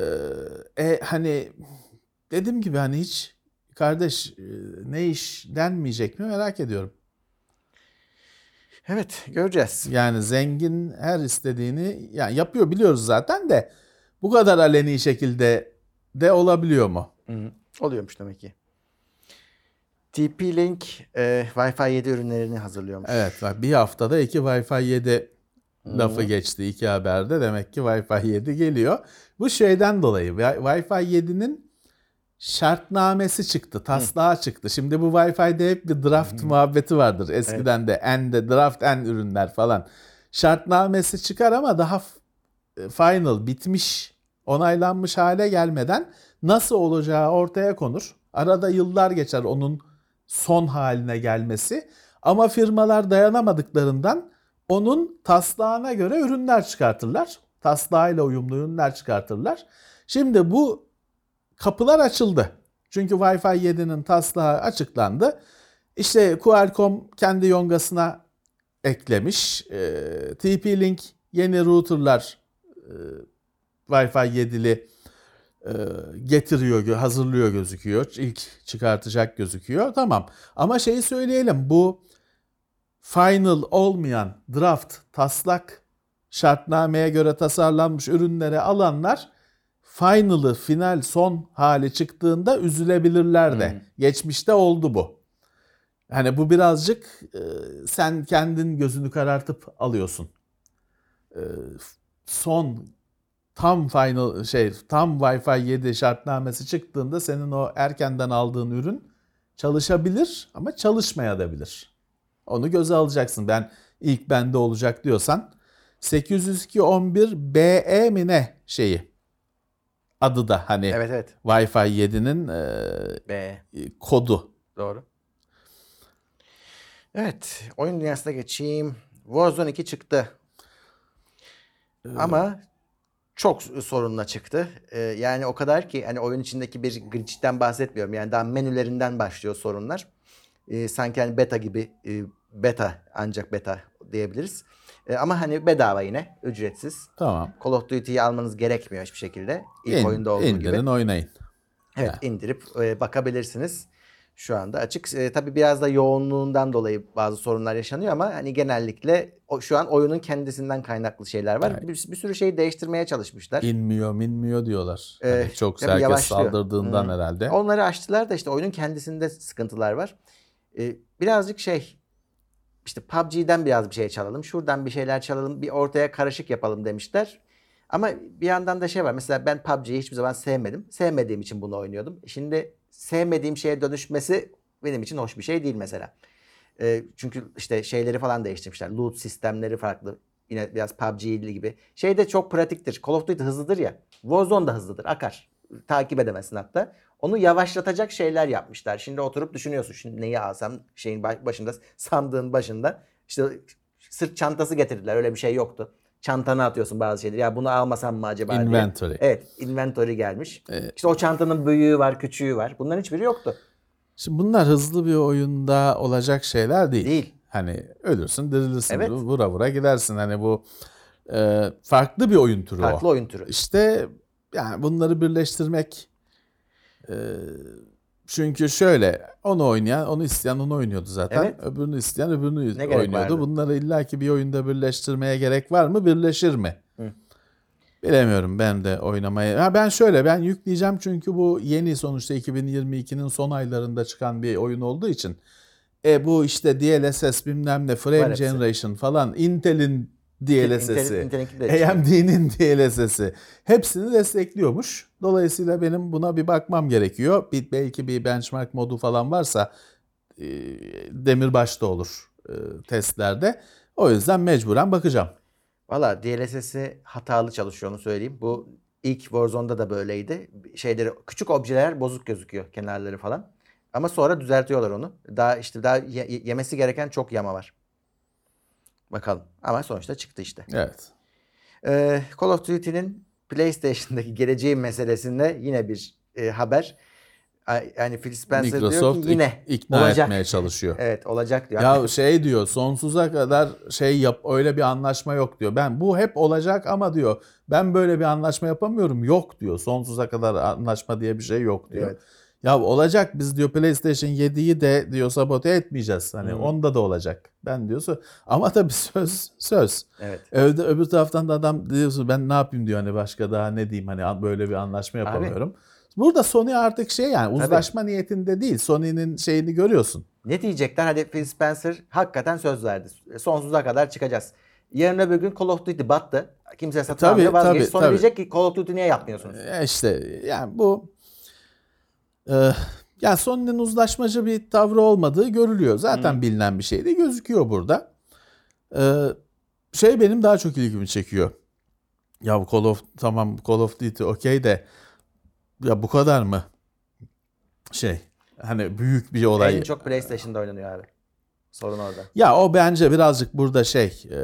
S4: Ee, e, hani dediğim gibi hani hiç kardeş ne iş denmeyecek mi merak ediyorum.
S3: Evet, göreceğiz.
S4: Yani zengin her istediğini yani yapıyor, biliyoruz zaten de bu kadar aleni şekilde de olabiliyor mu?
S3: Hı hı. Oluyormuş demek ki. T P-Link e, Wi-Fi yedi ürünlerini hazırlıyormuş.
S4: Evet, bak bir haftada iki Wi-Fi yedi
S3: Hı.
S4: lafı geçti iki haberde. Demek ki Wi-Fi yedi geliyor. Bu şeyden dolayı Wi-Fi yedinin şartnamesi çıktı, taslağı çıktı. Şimdi bu Wi-Fi'de hep bir draft
S3: Hı.
S4: muhabbeti vardır. Eskiden
S3: Evet.
S4: de N'de draft N ürünler falan. Şartnamesi çıkar ama daha final, bitmiş, onaylanmış hale gelmeden nasıl olacağı ortaya konur. Arada yıllar geçer onun son haline gelmesi. Ama firmalar dayanamadıklarından onun taslağına göre ürünler çıkartırlar. Taslağıyla uyumlu ürünler çıkartırlar. Şimdi bu kapılar açıldı. Çünkü Wi-Fi yedinin taslağı açıklandı. İşte Qualcomm kendi yongasına eklemiş. E, T P-Link yeni routerlar e, Wi-Fi yedili e, getiriyor, hazırlıyor gözüküyor. İlk çıkartacak gözüküyor. Tamam. Ama şeyi söyleyelim. Bu final olmayan draft, taslak şartnameye göre tasarlanmış ürünleri alanlar final'ı, final, son hali çıktığında üzülebilirler de. Hmm. Geçmişte oldu bu. Hani bu birazcık e, sen kendin gözünü karartıp alıyorsun. E, son tam final şey tam Wi-Fi yedi şartnamesi çıktığında senin o erkenden aldığın ürün çalışabilir ama çalışmayabilir. Onu göze alacaksın. Ben ilk bende olacak diyorsan sekiz yüz iki nokta on bir B E mi ne şeyi adı da hani
S3: evet, evet.
S4: Wi-Fi yedinin e,
S3: B.
S4: kodu.
S3: Doğru. Evet, oyun dünyasına geçeyim. Warzone iki çıktı. Ee, Ama çok sorunla çıktı. Ee, yani o kadar ki hani oyun içindeki bir glitch'ten bahsetmiyorum. Yani daha menülerinden başlıyor sorunlar. Ee, sanki hani beta gibi, e, beta ancak beta diyebiliriz. E, ama hani bedava yine, ücretsiz.
S4: Tamam.
S3: Call of Duty'yi almanız gerekmiyor hiçbir şekilde. İlk
S4: İn,
S3: oyunda olduğu
S4: indirin,
S3: gibi.
S4: oynayın.
S3: Evet, yani. indirip e, bakabilirsiniz. Şu anda açık. E, tabii biraz da yoğunluğundan dolayı bazı sorunlar yaşanıyor ama hani genellikle o, şu an oyunun kendisinden kaynaklı şeyler var.
S4: Evet.
S3: Bir, bir sürü şeyi değiştirmeye çalışmışlar.
S4: İnmiyor, minmiyor diyorlar.
S3: Ee,
S4: hani çok
S3: tabii
S4: herkes
S3: yavaşlıyor.
S4: saldırdığından
S3: Hı.
S4: herhalde.
S3: Onları açtılar da işte oyunun kendisinde sıkıntılar var. Ee, birazcık şey, işte P U B G'den biraz bir şey çalalım, şuradan bir şeyler çalalım, bir ortaya karışık yapalım demişler. Ama bir yandan da şey var. Mesela ben P U B G'yi hiçbir zaman sevmedim. Sevmediğim için bunu oynuyordum. Şimdi sevmediğim şeye dönüşmesi benim için hoş bir şey değil mesela. Ee, çünkü işte şeyleri falan değiştirmişler. Loot sistemleri farklı. Yine biraz P U B G gibi. Şey de çok pratiktir. Call of Duty hızlıdır ya. Warzone da hızlıdır. Akar. Takip edemezsin hatta. Onu yavaşlatacak şeyler yapmışlar. Şimdi oturup düşünüyorsun. Şimdi neyi alsam, şeyin başında, sandığın başında. İşte sırt çantası getirdiler. Öyle bir şey yoktu. Çantana atıyorsun bazı şeyleri. Ya bunu almasam mı acaba diye.
S4: Inventory.
S3: Evet. Inventory gelmiş.
S4: Evet.
S3: İşte o çantanın büyüğü var, küçüğü var. Bunların hiçbiri yoktu.
S4: Şimdi bunlar hızlı bir oyunda olacak şeyler değil.
S3: Değil.
S4: Hani ölürsün, dirilirsin,
S3: Evet.
S4: vura vura gidersin. Hani bu e, farklı bir oyun türü
S3: Farklı
S4: o.
S3: oyun türü.
S4: İşte yani bunları birleştirmek e, çünkü şöyle onu oynayan, onu isteyen onu oynuyordu zaten.
S3: Evet.
S4: Öbürünü isteyen öbürünü
S3: Ne gerek
S4: oynuyordu.
S3: vardı?
S4: Bunları illaki bir oyunda birleştirmeye gerek var mı? Birleşir mi?
S3: Hı.
S4: Bilemiyorum ben de oynamaya. Ha ben şöyle ben yükleyeceğim çünkü bu yeni sonuçta iki bin yirmi ikinin son aylarında çıkan bir oyun olduğu için. E bu işte D L S S bilmem ne Frame Generation falan Intel'in D L S'si,
S3: Intel,
S4: A M D'nin D L S'si hepsini destekliyormuş. Dolayısıyla benim buna bir bakmam gerekiyor. Bir, belki bir benchmark modu falan varsa e, demirbaşta olur e, testlerde. O yüzden mecburen bakacağım.
S3: Valla D L S S'i hatalı çalışıyor onu söyleyeyim. Bu ilk Warzone'da da böyleydi. Şeyleri, küçük objeler bozuk gözüküyor, kenarları falan. Ama sonra düzeltiyorlar onu. Daha işte daha ye- yemesi gereken çok yama var. Bakalım. Ama sonuçta çıktı işte.
S4: Evet.
S3: Ee, Call of Duty'nin PlayStation'daki geleceği meselesinde yine bir e, haber. Yani Phil Spencer
S4: Microsoft
S3: diyor ki yine
S4: ik- ikna
S3: olacak.
S4: etmeye çalışıyor.
S3: Evet, olacak diyor.
S4: Ya şey diyor sonsuza kadar şey yap öyle bir anlaşma yok diyor. Ben bu hep olacak ama diyor ben böyle bir anlaşma yapamıyorum. Yok diyor. Sonsuza kadar anlaşma diye bir şey yok diyor.
S3: Evet.
S4: Ya olacak biz diyor PlayStation yediyi de diyor sabote etmeyeceğiz. Hani
S3: Hmm.
S4: onda da olacak. Ben diyorsa ama tabii söz söz.
S3: Evet.
S4: Öbür, öbür taraftan da adam diyorsun ben ne yapayım diyor hani başka daha ne diyeyim hani böyle bir anlaşma yapamıyorum. Abi. Burada Sony artık şey yani uzlaşma Tabii. niyetinde değil. Sony'nin şeyini görüyorsun.
S3: Ne diyecekler? Hadi Phil Spencer hakikaten söz verdi. Sonsuza kadar çıkacağız. Yarın öbür gün Call of Duty battı. Kimse satın
S4: tabii,
S3: almıyor, vazgeçti.
S4: tabii,
S3: Sonra
S4: tabii.
S3: diyecek ki Call of Duty niye yapmıyorsunuz?
S4: E işte yani bu e, yani Sony'nin uzlaşmacı bir tavrı olmadığı görülüyor. Zaten hmm. bilinen bir şey de gözüküyor burada. E, şey benim daha çok ilgimi çekiyor. Ya Call of tamam Call of Duty okey de ya bu kadar mı? Şey hani büyük bir olay.
S3: En çok PlayStation'da oynanıyor abi. Sorun orada.
S4: Ya o bence birazcık burada şey e,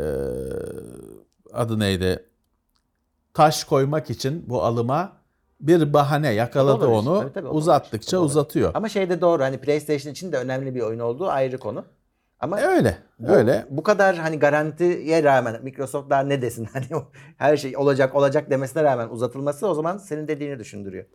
S4: adı neydi? Taş koymak için bu alıma bir bahane yakaladı
S3: olur,
S4: onu.
S3: tabii, tabii,
S4: uzattıkça
S3: olur.
S4: uzatıyor.
S3: Ama şey de doğru hani PlayStation için de önemli bir oyun olduğu ayrı konu. Ama
S4: e öyle.
S3: Bu,
S4: öyle.
S3: Bu kadar hani garantiye rağmen Microsoft daha ne desin hani her şey olacak olacak demesine rağmen uzatılması o zaman senin dediğini düşündürüyor.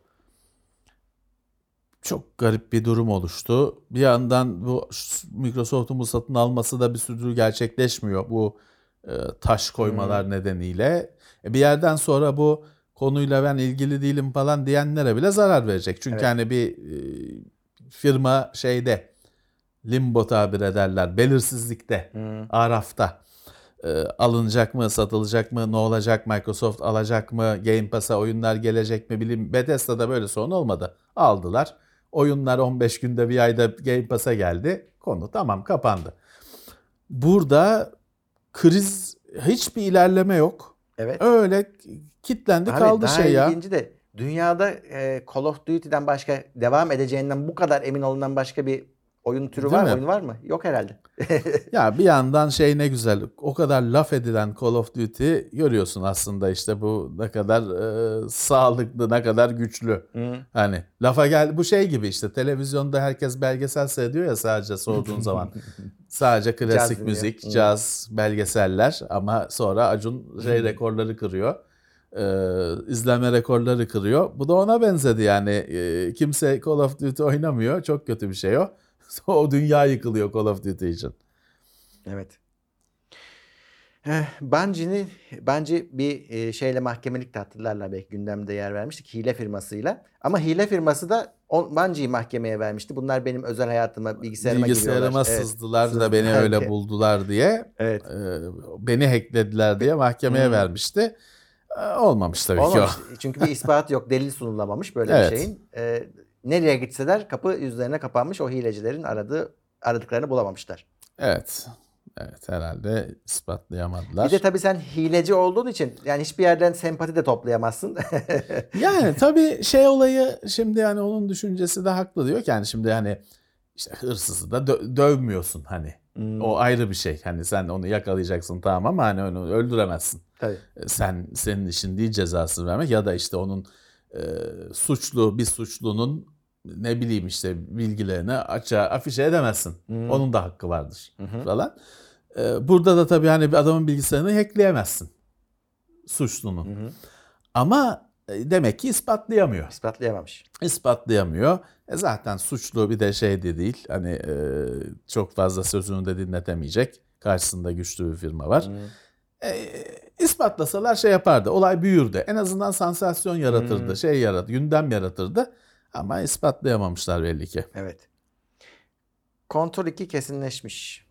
S4: Çok garip bir durum oluştu. Bir yandan bu Microsoft'un bu satın alması da bir sürü gerçekleşmiyor bu e, taş koymalar hmm. nedeniyle. E, bir yerden sonra bu konuyla ben ilgili değilim falan diyenlere bile zarar verecek. Çünkü evet. hani bir e, firma şeyde limbo tabir ederler, belirsizlikte, hmm. arafta. E, alınacak mı, satılacak mı, ne olacak, Microsoft alacak mı, Game Pass'a oyunlar gelecek mi bileyim. Bethesda'da böyle sorun olmadı. Aldılar. Oyunlar on beş günde bir ayda Game Pass'a geldi. Konu tamam kapandı. Burada kriz hiçbir ilerleme yok.
S3: Evet.
S4: Öyle kitlendi
S3: Abi,
S4: kaldı
S3: daha
S4: şey ya.
S3: ilginci de dünyada e, Call of Duty'den başka devam edeceğinden bu kadar emin olunan başka bir oyun türü
S4: Değil
S3: var
S4: mi?
S3: Oyun var mı? Yok herhalde.
S4: Ya bir yandan şey ne güzel, o kadar laf edilen Call of Duty görüyorsun aslında işte bu ne kadar e, sağlıklı, ne kadar güçlü.
S3: Hı.
S4: Hani lafa gel, bu şey gibi işte televizyonda herkes belgesel seyrediyor ya sadece sorduğun zaman. Sadece klasik
S3: Caz
S4: müzik,
S3: dinliyor.
S4: caz, belgeseller ama sonra Acun şey rekorları kırıyor. E, izleme rekorları kırıyor. Bu da ona benzedi yani. E, kimse Call of Duty oynamıyor. Çok kötü bir şey o. O dünya yıkılıyor Call of Duty için.
S3: Evet. Eh, Bungie'nin bence bir e, şeyle mahkemelik de hatırlarlar belki gündemde yer vermiştik hile firmasıyla. Ama hile firması da on- Bungie'yi mahkemeye vermişti. Bunlar benim özel hayatıma, bilgisayarıma
S4: Bilgisayarıma
S3: giriyorlar. Evet,
S4: sızdılar da
S3: sızdılar
S4: beni öyle
S3: diye.
S4: buldular diye.
S3: Evet.
S4: e, beni hacklediler diye mahkemeye
S3: Hmm.
S4: vermişti. E, olmamış tabii
S3: Olmamış.
S4: ki o.
S3: Çünkü bir ispat yok, delil sunulamamış böyle
S4: Evet.
S3: bir şeyin. Eh, nereye gitseler kapı yüzlerine kapanmış. O hilecilerin aradığı aradıklarını bulamamışlar.
S4: Evet. Evet herhalde ispatlayamadılar.
S3: Bir de tabii sen hileci olduğun için yani hiçbir yerden sempati de toplayamazsın.
S4: Yani tabii şey olayı şimdi yani onun düşüncesi de haklı diyor ki yani şimdi yani işte hırsızı da dö- dövmüyorsun hani.
S3: Hmm.
S4: O ayrı bir şey. Hani sen onu yakalayacaksın tamam ama hani onu öldüremezsin.
S3: Tabii.
S4: Sen senin işin değil cezasını vermek ya da işte onun e, suçlu bir suçlunun ne bileyim işte bilgilerini açığa afişe edemezsin.
S3: Hmm.
S4: Onun da hakkı vardır
S3: Hı hı.
S4: falan. E, burada da tabii hani bir adamın bilgisayarını hackleyemezsin suçlunun.
S3: Hı hı.
S4: Ama e, demek ki ispatlayamıyor.
S3: İspatlayamamış.
S4: İspatlayamıyor. E zaten suçlu bir de şey de değil. Hani e, çok fazla sözünü de dinletemeyecek. Karşısında güçlü bir firma var.
S3: Hmm.
S4: E, ispatlasalar şey yapardı. Olay büyürdü. En azından sansasyon yaratırdı.
S3: Hmm.
S4: Şey yaratırdı. Gündem yaratırdı. Ama ispatlayamamışlar belli ki.
S3: Evet. Kontrol iki kesinleşmiş.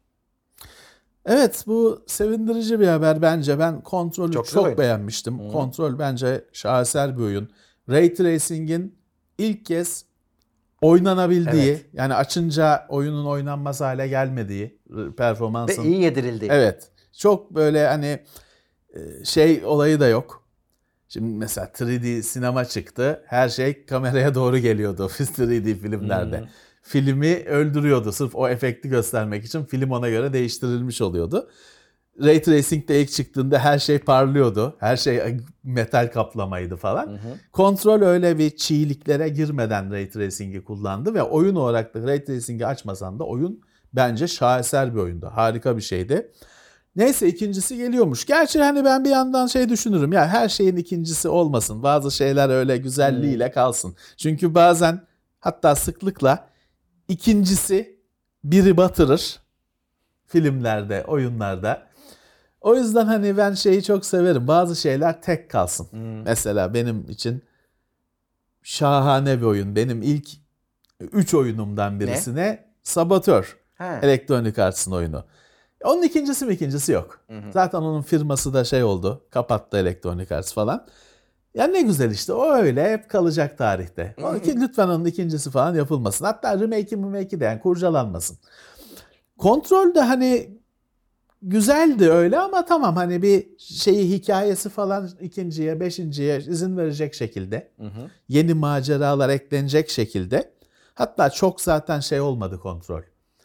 S4: Evet bu sevindirici bir haber bence. Ben Kontrol'ü
S3: Çok
S4: çok,
S3: güzel oyun.
S4: beğenmiştim.
S3: Hı.
S4: Kontrol bence şaheser bir oyun. Ray Tracing'in ilk kez oynanabildiği,
S3: Evet.
S4: yani açınca oyunun oynanmaz hale gelmediği
S3: Ve
S4: performansın.
S3: iyi yedirildi.
S4: Evet. Çok böyle hani e, şey olayı da yok. Şimdi mesela üç D sinema çıktı. Her şey kameraya doğru geliyordu üç D filmlerde.
S3: Hmm.
S4: Filmi öldürüyordu. Sırf o efekti göstermek için film ona göre değiştirilmiş oluyordu. Ray Tracing de ilk çıktığında her şey parlıyordu. Her şey metal kaplamaydı falan.
S3: Hı hı.
S4: Kontrol öyle bir çiğliklere girmeden Ray Tracing'i kullandı ve oyun olarak da Ray Tracing'i açmasan da oyun bence şaheser bir oyundu. Harika bir şeydi. Neyse ikincisi geliyormuş. Gerçi hani ben bir yandan şey düşünürüm ya her şeyin ikincisi olmasın. Bazı şeyler öyle güzelliğiyle kalsın. Çünkü bazen hatta sıklıkla ikincisi biri batırır filmlerde, oyunlarda. O yüzden hani ben şeyi çok severim. Bazı şeyler tek kalsın.
S3: Hmm.
S4: Mesela benim için şahane bir oyun. Benim ilk üç oyunumdan birisine Saboteur.
S3: Ha.
S4: Electronic Arts'ın oyunu. Onun ikincisi mi ikincisi yok.
S3: Hı hı.
S4: Zaten onun firması da şey oldu. Kapattı Electronic Arts falan. Ya ne güzel işte. O öyle hep kalacak tarihte. O iki, lütfen onun ikincisi falan yapılmasın. Hatta remake'i remake'i de yani kurcalanmasın. Kontrol de hani güzeldi öyle ama tamam hani bir şeyi hikayesi falan ikinciye, beşinciye izin verecek şekilde.
S3: Hı hı.
S4: Yeni maceralar eklenecek şekilde. Hatta çok zaten şey olmadı Kontrol.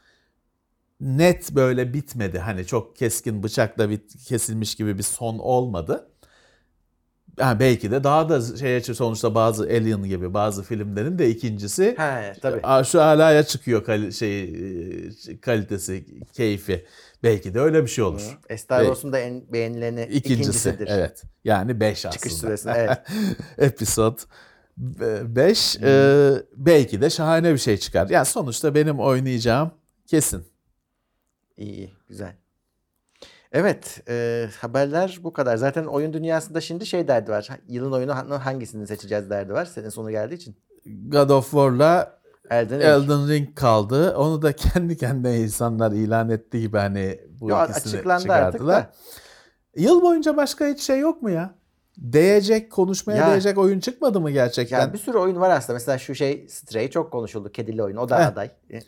S4: Net böyle bitmedi. Hani çok keskin bıçakla bit, kesilmiş gibi bir son olmadı. Yani belki de daha da şeye sonuçta bazı Alien gibi bazı filmlerin de ikincisi
S3: Ha, tabii.
S4: Aa, şu alaya çıkıyor kal- şey kalitesi, keyfi. Belki de öyle bir şey olur.
S3: Estaros'un da en beğenileni
S4: İkincisi.
S3: ikincisidir.
S4: Evet. Yani beş aslında.
S3: Çıkış süresinde, evet.
S4: Episod beş.
S3: Hmm.
S4: E, belki de şahane bir şey çıkar. Yani sonuçta benim oynayacağım kesin.
S3: İyi, iyi, güzel. Evet, e, haberler bu kadar. Zaten oyun dünyasında şimdi şey derdi var. Yılın oyunu hangisini seçeceğiz derdi var. Senin sonu geldiği için.
S4: God of War'la
S3: Elden Ring.
S4: Elden Ring kaldı. Onu da kendi kendine insanlar ilan ettiği gibi hani bu
S3: Yo,
S4: ikisini
S3: açıklandı
S4: çıkardılar.
S3: artık da.
S4: Yıl boyunca başka hiç şey yok mu ya? Değecek, konuşmaya
S3: Ya-
S4: değecek oyun çıkmadı mı gerçekten?
S3: Ya bir sürü oyun var aslında. Mesela şu şey Stray çok konuşuldu. Kedili oyun. O da
S4: Heh.
S3: aday.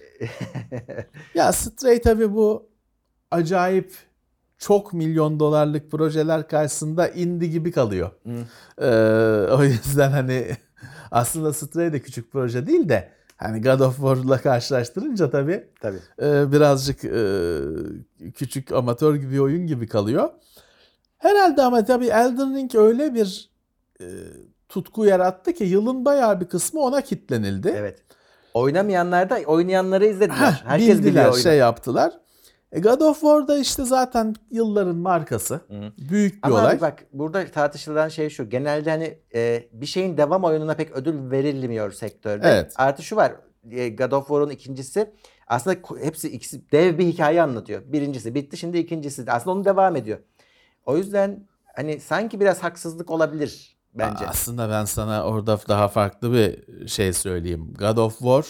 S4: Ya Stray tabii bu acayip çok milyon dolarlık projeler karşısında indie gibi kalıyor.
S3: Hı.
S4: Ee, o yüzden hani aslında Stray de küçük proje değil de Hani God of War'la karşılaştırınca tabii,
S3: Tabii.
S4: e, birazcık e, küçük amatör gibi oyun gibi kalıyor. Herhalde ama tabii Elden Ring öyle bir e, tutku yarattı ki yılın bayağı bir kısmı ona kitlenildi.
S3: Evet. Oynamayanlar da oynayanları izlediler.
S4: Heh,
S3: Herkes
S4: bildiler,
S3: biliyor oyunu.
S4: şey yaptılar. E God of War'da işte zaten yılların markası. Hı. Büyük bir
S3: Ama
S4: olay.
S3: abi bak burada tartışılan şey şu. Genelde hani e, bir şeyin devam oyununa pek ödül verilmiyor sektörde.
S4: Evet.
S3: Artı şu var. E, God of War'un ikincisi aslında hepsi ikisi dev bir hikaye anlatıyor. Birincisi bitti, şimdi ikincisi de aslında onu devam ediyor. O yüzden hani sanki biraz haksızlık olabilir bence.
S4: Aslında ben sana orada daha farklı bir şey söyleyeyim. God of War,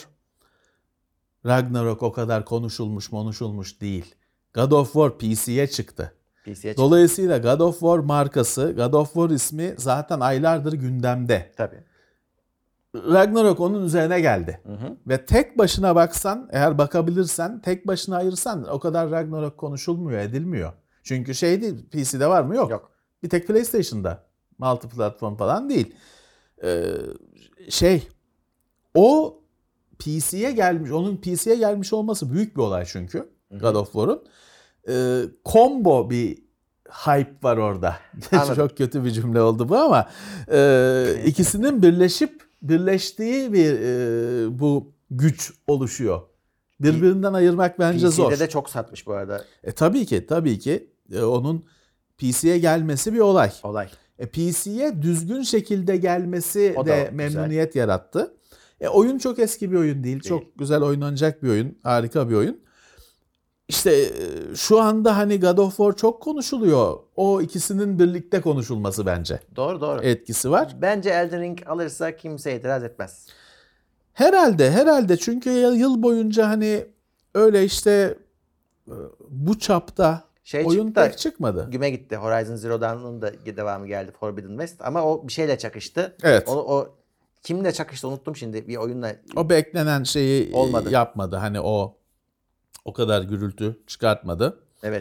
S4: Ragnarok o kadar konuşulmuş konuşulmuş değil. God of War P C'ye çıktı.
S3: P C'ye çıktı.
S4: Dolayısıyla God of War markası, God of War ismi zaten aylardır gündemde.
S3: Tabii.
S4: Ragnarok onun üzerine geldi.
S3: Hı hı.
S4: Ve tek başına baksan, eğer bakabilirsen, tek başına ayırsan o kadar Ragnarok konuşulmuyor, edilmiyor. Çünkü şey değil, P C'de var mı? Yok.
S3: Yok.
S4: Bir tek PlayStation'da. Multi platform falan değil. Ee, şey, o P C'ye gelmiş, onun P C'ye gelmiş olması büyük bir olay çünkü. Hı hı. God of War'un. Ee, combo bir hype var orada. Çok kötü bir cümle oldu bu ama e, ikisinin birleşip birleştiği bir e, bu güç oluşuyor. Birbirinden ayırmak bence zor.
S3: P C'de de çok satmış bu arada.
S4: E, tabii ki, tabii ki e, onun P C'ye gelmesi bir olay.
S3: Olay.
S4: E, P C'ye düzgün şekilde gelmesi
S3: O
S4: de
S3: da
S4: memnuniyet güzel yarattı. E, oyun çok eski bir oyun değil. değil. Çok güzel oynanacak bir oyun. Harika bir oyun. İşte şu anda hani God of War çok konuşuluyor. O ikisinin birlikte konuşulması bence.
S3: Doğru doğru.
S4: Etkisi var.
S3: Bence Elden Ring alırsa kimse itiraz etmez.
S4: Herhalde, herhalde. Çünkü yıl boyunca hani öyle işte bu çapta şey oyun çıktı, pek çıkmadı.
S3: Güme gitti. Horizon Zero Dawn'un da devamı geldi, Forbidden West. Ama o bir şeyle çakıştı.
S4: Evet.
S3: O, o kimle çakıştı unuttum şimdi. Bir oyunla.
S4: O beklenen şeyi
S3: olmadı.
S4: Yapmadı. Hani o o kadar gürültü çıkartmadı.
S3: Evet.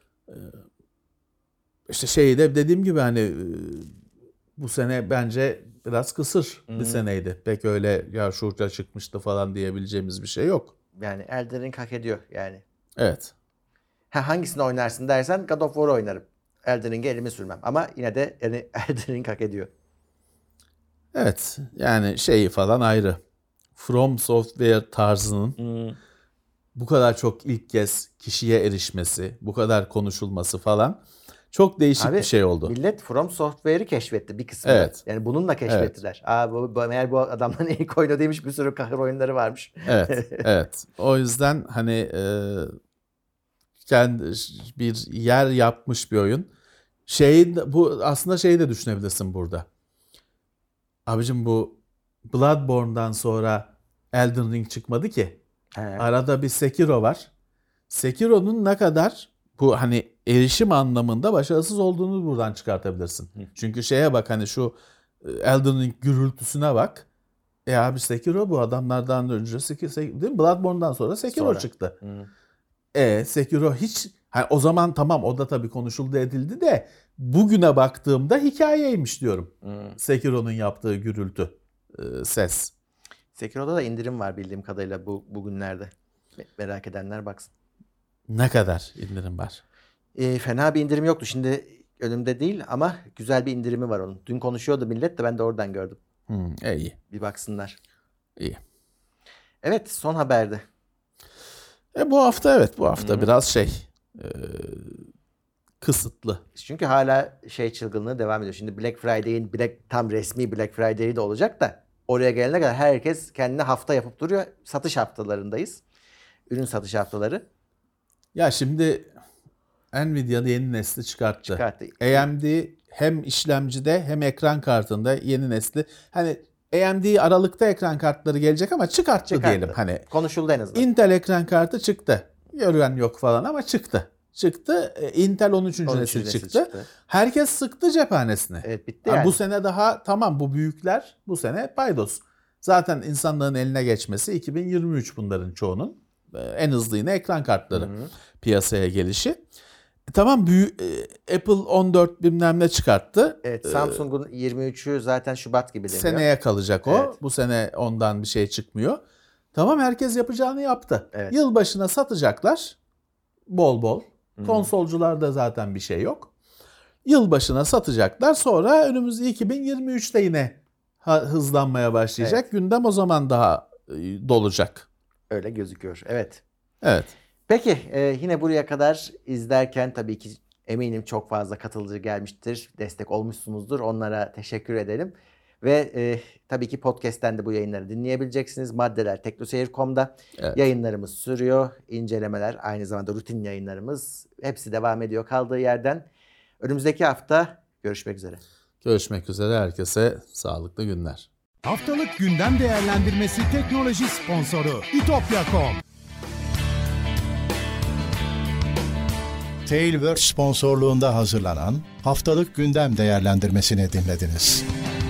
S4: İşte şeyi de dediğim gibi hani bu sene bence biraz kısır bir hmm. seneydi. Pek öyle ya şurada çıkmıştı falan diyebileceğimiz bir şey yok.
S3: Yani Elden Ring hak ediyor yani.
S4: Evet.
S3: Ha, hangisini oynarsın dersen God of War oynarım. Elden Ring'e elimi sürmem. Ama yine de yani Elden Ring hak ediyor.
S4: Evet. Yani şeyi falan ayrı. From Software tarzının hmm. bu kadar çok ilk kez kişiye erişmesi, bu kadar konuşulması falan çok değişik
S3: abi,
S4: bir şey oldu.
S3: Millet From Software'i keşfetti bir kısmı.
S4: Evet.
S3: Yani bununla keşfettiler. Evet. Aa, bu, bu, meğer bu adamların ilk oyunu değilmiş, bir sürü kahır oyunları varmış.
S4: Evet, evet. O yüzden hani e, kendi bir yer yapmış bir oyun. Şey, bu aslında şeyi de düşünebilirsin burada. Abicim bu Bloodborne'dan sonra Elden Ring çıkmadı ki. He. Arada bir Sekiro var. Sekiro'nun ne kadar bu hani erişim anlamında başarısız olduğunu buradan çıkartabilirsin. Hı. Çünkü şeye bak, hani şu Elden Ring gürültüsüne bak. E abi Sekiro bu adamlardan önce Sekiro, değil mi? Bloodborne'dan sonra Sekiro sonra çıktı. Hı. E Sekiro hiç hani o zaman tamam, o da tabii konuşuldu edildi de bugüne baktığımda hikayeymiş diyorum. Hı. Sekiro'nun yaptığı gürültü, ses.
S3: Sekiro'da da indirim var bildiğim kadarıyla bu bugünlerde. Merak edenler baksın.
S4: Ne kadar indirim var?
S3: E, fena bir indirim yoktu. Şimdi önümde değil ama güzel bir indirimi var onun. Dün konuşuyordu millet de ben de oradan gördüm.
S4: Hmm, iyi.
S3: Bir baksınlar.
S4: İyi.
S3: Evet, son haberdi.
S4: E, bu hafta evet bu hafta hmm. biraz şey e, kısıtlı.
S3: Çünkü hala şey çılgınlığı devam ediyor. Şimdi Black Friday'in Black, tam resmi Black Friday'i de olacak da oraya gelene kadar herkes kendine hafta yapıp duruyor. Satış haftalarındayız. Ürün satış haftaları.
S4: Ya şimdi Nvidia'da yeni nesli çıkarttı. çıkarttı. A M D hem işlemcide hem ekran kartında yeni nesli. Hani A M D Aralık'ta ekran kartları gelecek ama çıkarttı, çıkarttı. diyelim. Hani
S3: konuşuldu en azından.
S4: Intel ekran kartı çıktı. Gören yok falan ama çıktı. Çıktı. Intel on üçüncü nesil, nesil çıktı. çıktı. Herkes sıktı cephanesini.
S3: Evet, bitti
S4: yani.
S3: yani.
S4: Bu sene daha tamam, bu büyükler bu sene paydos. Zaten insanlığın eline geçmesi iki bin yirmi üç bunların çoğunun. En hızlı yine ekran kartları Hı-hı. piyasaya gelişi. E, tamam büyük e, Apple on dört bilmem ne çıkarttı.
S3: Evet, Samsung'un yirmi üçü zaten Şubat gibi deniyor.
S4: Seneye kalacak o.
S3: Evet.
S4: Bu sene ondan bir şey çıkmıyor. Tamam, herkes yapacağını yaptı.
S3: Evet.
S4: Yılbaşına satacaklar bol bol.
S3: Hı-hı.
S4: Konsolcularda zaten bir şey yok. Yılbaşına satacaklar. Sonra önümüz iki bin yirmi üçte yine hızlanmaya başlayacak.
S3: Evet.
S4: Gündem o zaman daha dolacak.
S3: Öyle gözüküyor. Evet.
S4: Evet.
S3: Peki e, yine buraya kadar izlerken tabii ki eminim çok fazla katılıcı gelmiştir. Destek olmuşsunuzdur. Onlara teşekkür edelim. Ve e, tabii ki podcast'ten de bu yayınları dinleyebileceksiniz. Maddeler teknoseyir nokta com'da
S4: Evet.
S3: Yayınlarımız sürüyor. İncelemeler, aynı zamanda rutin yayınlarımız hepsi devam ediyor kaldığı yerden. Önümüzdeki hafta görüşmek üzere.
S4: Görüşmek üzere. Herkese sağlıklı günler.
S2: Haftalık gündem değerlendirmesi teknoloji sponsoru itopya nokta com.
S1: Tailwords sponsorluğunda hazırlanan Haftalık Gündem Değerlendirmesini dinlediniz.